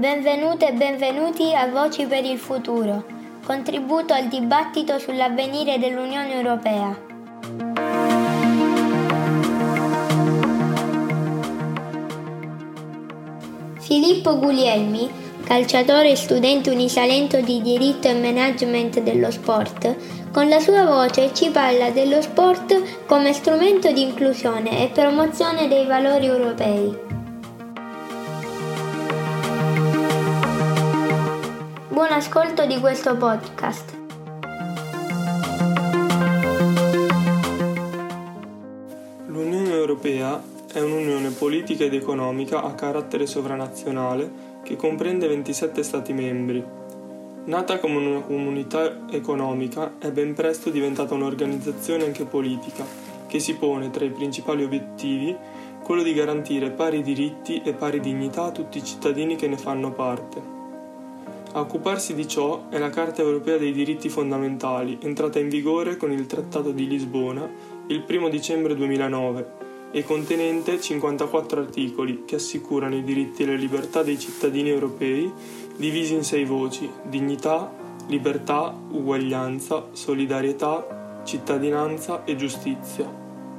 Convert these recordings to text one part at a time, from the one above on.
Benvenute e benvenuti a Voci per il Futuro, contributo al dibattito sull'avvenire dell'Unione Europea. Filippo Guglielmi, calciatore e studente unisalento di diritto e management dello sport, con la sua voce ci parla dello sport come strumento di inclusione e promozione dei valori europei. Buon ascolto di questo podcast. L'Unione Europea è un'unione politica ed economica a carattere sovranazionale che comprende 27 Stati membri. Nata come una comunità economica, è ben presto diventata un'organizzazione anche politica, che si pone tra i principali obiettivi quello di garantire pari diritti e pari dignità a tutti i cittadini che ne fanno parte. A occuparsi di ciò è la Carta Europea dei Diritti Fondamentali, entrata in vigore con il Trattato di Lisbona il 1 dicembre 2009 e contenente 54 articoli che assicurano i diritti e le libertà dei cittadini europei, divisi in 6 voci: dignità, libertà, uguaglianza, solidarietà, cittadinanza e giustizia.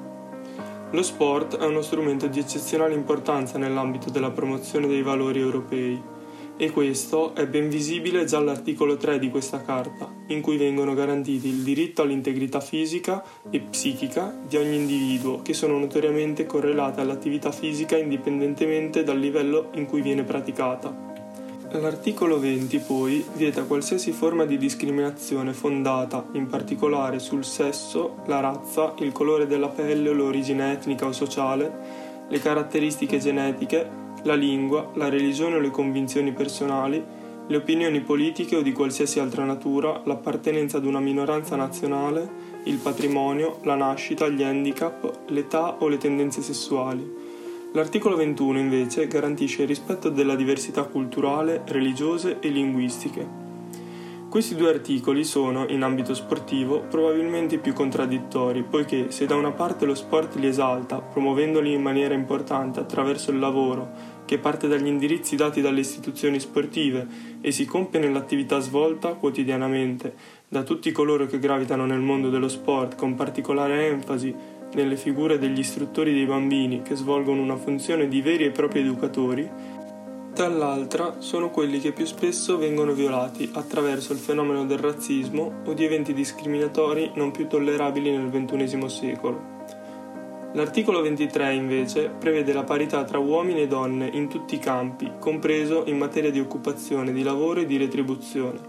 Lo sport è uno strumento di eccezionale importanza nell'ambito della promozione dei valori europei. E questo è ben visibile già all'articolo 3 di questa carta, in cui vengono garantiti il diritto all'integrità fisica e psichica di ogni individuo, che sono notoriamente correlate all'attività fisica indipendentemente dal livello in cui viene praticata. L'articolo 20 poi vieta qualsiasi forma di discriminazione fondata, in particolare sul sesso, la razza, il colore della pelle o l'origine etnica o sociale, le caratteristiche genetiche, la lingua, la religione o le convinzioni personali, le opinioni politiche o di qualsiasi altra natura, l'appartenenza ad una minoranza nazionale, il patrimonio, la nascita, gli handicap, l'età o le tendenze sessuali. L'articolo 21 invece garantisce il rispetto della diversità culturale, religiose e linguistiche. Questi 2 articoli sono, in ambito sportivo, probabilmente più contraddittori, poiché se da una parte lo sport li esalta, promuovendoli in maniera importante attraverso il lavoro, che parte dagli indirizzi dati dalle istituzioni sportive e si compie nell'attività svolta quotidianamente da tutti coloro che gravitano nel mondo dello sport, con particolare enfasi nelle figure degli istruttori dei bambini che svolgono una funzione di veri e propri educatori, dall'altra sono quelli che più spesso vengono violati attraverso il fenomeno del razzismo o di eventi discriminatori non più tollerabili nel XXI secolo. L'articolo 23 invece prevede la parità tra uomini e donne in tutti i campi, compreso in materia di occupazione, di lavoro e di retribuzione.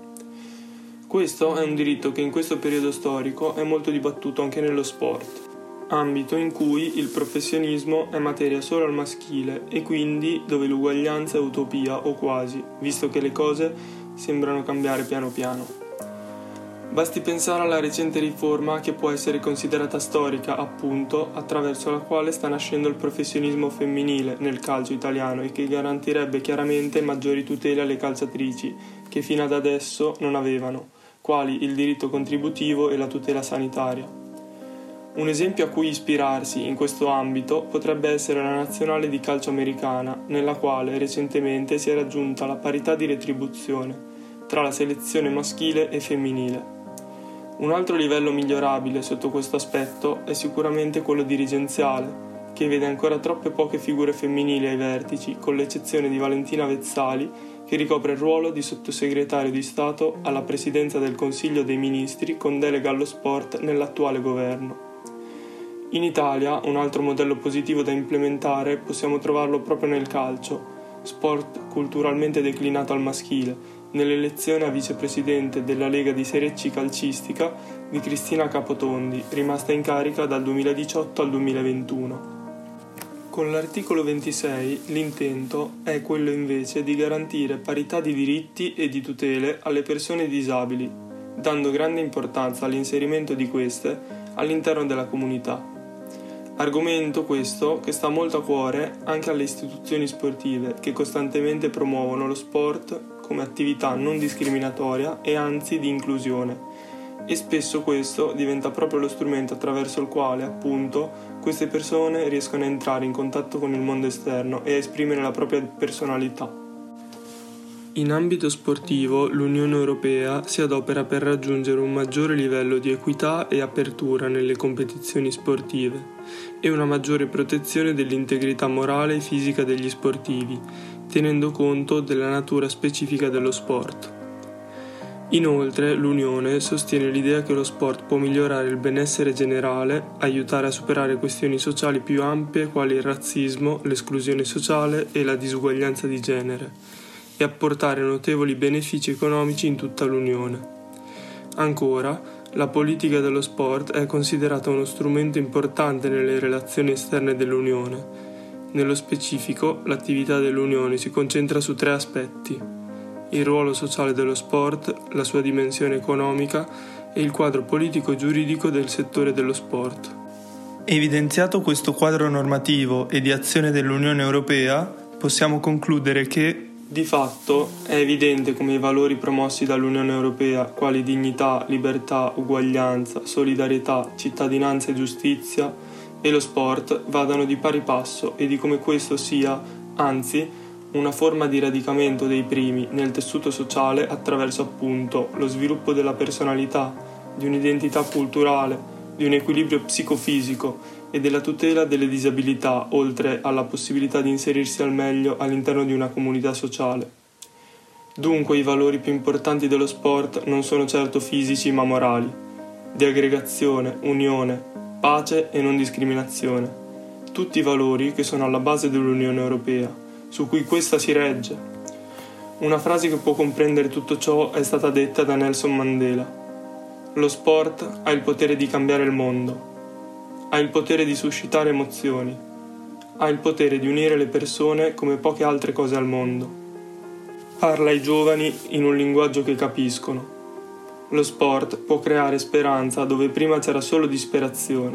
Questo è un diritto che in questo periodo storico è molto dibattuto anche nello sport, ambito in cui il professionismo è materia solo al maschile e quindi dove l'uguaglianza è utopia o quasi, visto che le cose sembrano cambiare piano piano. Basti pensare alla recente riforma che può essere considerata storica, appunto, attraverso la quale sta nascendo il professionismo femminile nel calcio italiano e che garantirebbe chiaramente maggiori tutele alle calciatrici che fino ad adesso non avevano, quali il diritto contributivo e la tutela sanitaria. Un esempio a cui ispirarsi in questo ambito potrebbe essere la nazionale di calcio americana, nella quale recentemente si è raggiunta la parità di retribuzione tra la selezione maschile e femminile. Un altro livello migliorabile sotto questo aspetto è sicuramente quello dirigenziale, che vede ancora troppe poche figure femminili ai vertici, con l'eccezione di Valentina Vezzali, che ricopre il ruolo di sottosegretario di Stato alla Presidenza del Consiglio dei Ministri con delega allo sport nell'attuale governo. In Italia, un altro modello positivo da implementare possiamo trovarlo proprio nel calcio, sport culturalmente declinato al maschile, nell'elezione a vicepresidente della Lega di Serie C calcistica di Cristina Capotondi, rimasta in carica dal 2018 al 2021. Con l'articolo 26 l'intento è quello invece di garantire parità di diritti e di tutele alle persone disabili, dando grande importanza all'inserimento di queste all'interno della comunità. Argomento questo che sta molto a cuore anche alle istituzioni sportive che costantemente promuovono lo sport come attività non discriminatoria e anzi di inclusione, e spesso questo diventa proprio lo strumento attraverso il quale, appunto, queste persone riescono a entrare in contatto con il mondo esterno e a esprimere la propria personalità. In ambito sportivo, l'Unione Europea si adopera per raggiungere un maggiore livello di equità e apertura nelle competizioni sportive e una maggiore protezione dell'integrità morale e fisica degli sportivi, tenendo conto della natura specifica dello sport. Inoltre, l'Unione sostiene l'idea che lo sport può migliorare il benessere generale, aiutare a superare questioni sociali più ampie quali il razzismo, l'esclusione sociale e la disuguaglianza di genere, e apportare notevoli benefici economici in tutta l'Unione. Ancora, la politica dello sport è considerata uno strumento importante nelle relazioni esterne dell'Unione. Nello specifico, l'attività dell'Unione si concentra su 3 aspetti: il ruolo sociale dello sport, la sua dimensione economica e il quadro politico-giuridico del settore dello sport. Evidenziato questo quadro normativo e di azione dell'Unione Europea, possiamo concludere che di fatto è evidente come i valori promossi dall'Unione Europea, quali dignità, libertà, uguaglianza, solidarietà, cittadinanza e giustizia, e lo sport vadano di pari passo e di come questo sia, anzi, una forma di radicamento dei primi nel tessuto sociale attraverso appunto lo sviluppo della personalità, di un'identità culturale, di un equilibrio psicofisico e della tutela delle disabilità, oltre alla possibilità di inserirsi al meglio all'interno di una comunità sociale. Dunque i valori più importanti dello sport non sono certo fisici ma morali, di aggregazione, unione, pace e non discriminazione, tutti valori che sono alla base dell'Unione Europea, su cui questa si regge. Una frase che può comprendere tutto ciò è stata detta da Nelson Mandela: lo sport ha il potere di cambiare il mondo, ha il potere di suscitare emozioni, ha il potere di unire le persone come poche altre cose al mondo. Parla ai giovani in un linguaggio che capiscono. Lo sport può creare speranza dove prima c'era solo disperazione.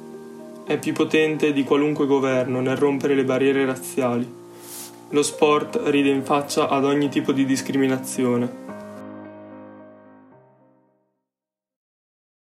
È più potente di qualunque governo nel rompere le barriere razziali. Lo sport ride in faccia ad ogni tipo di discriminazione.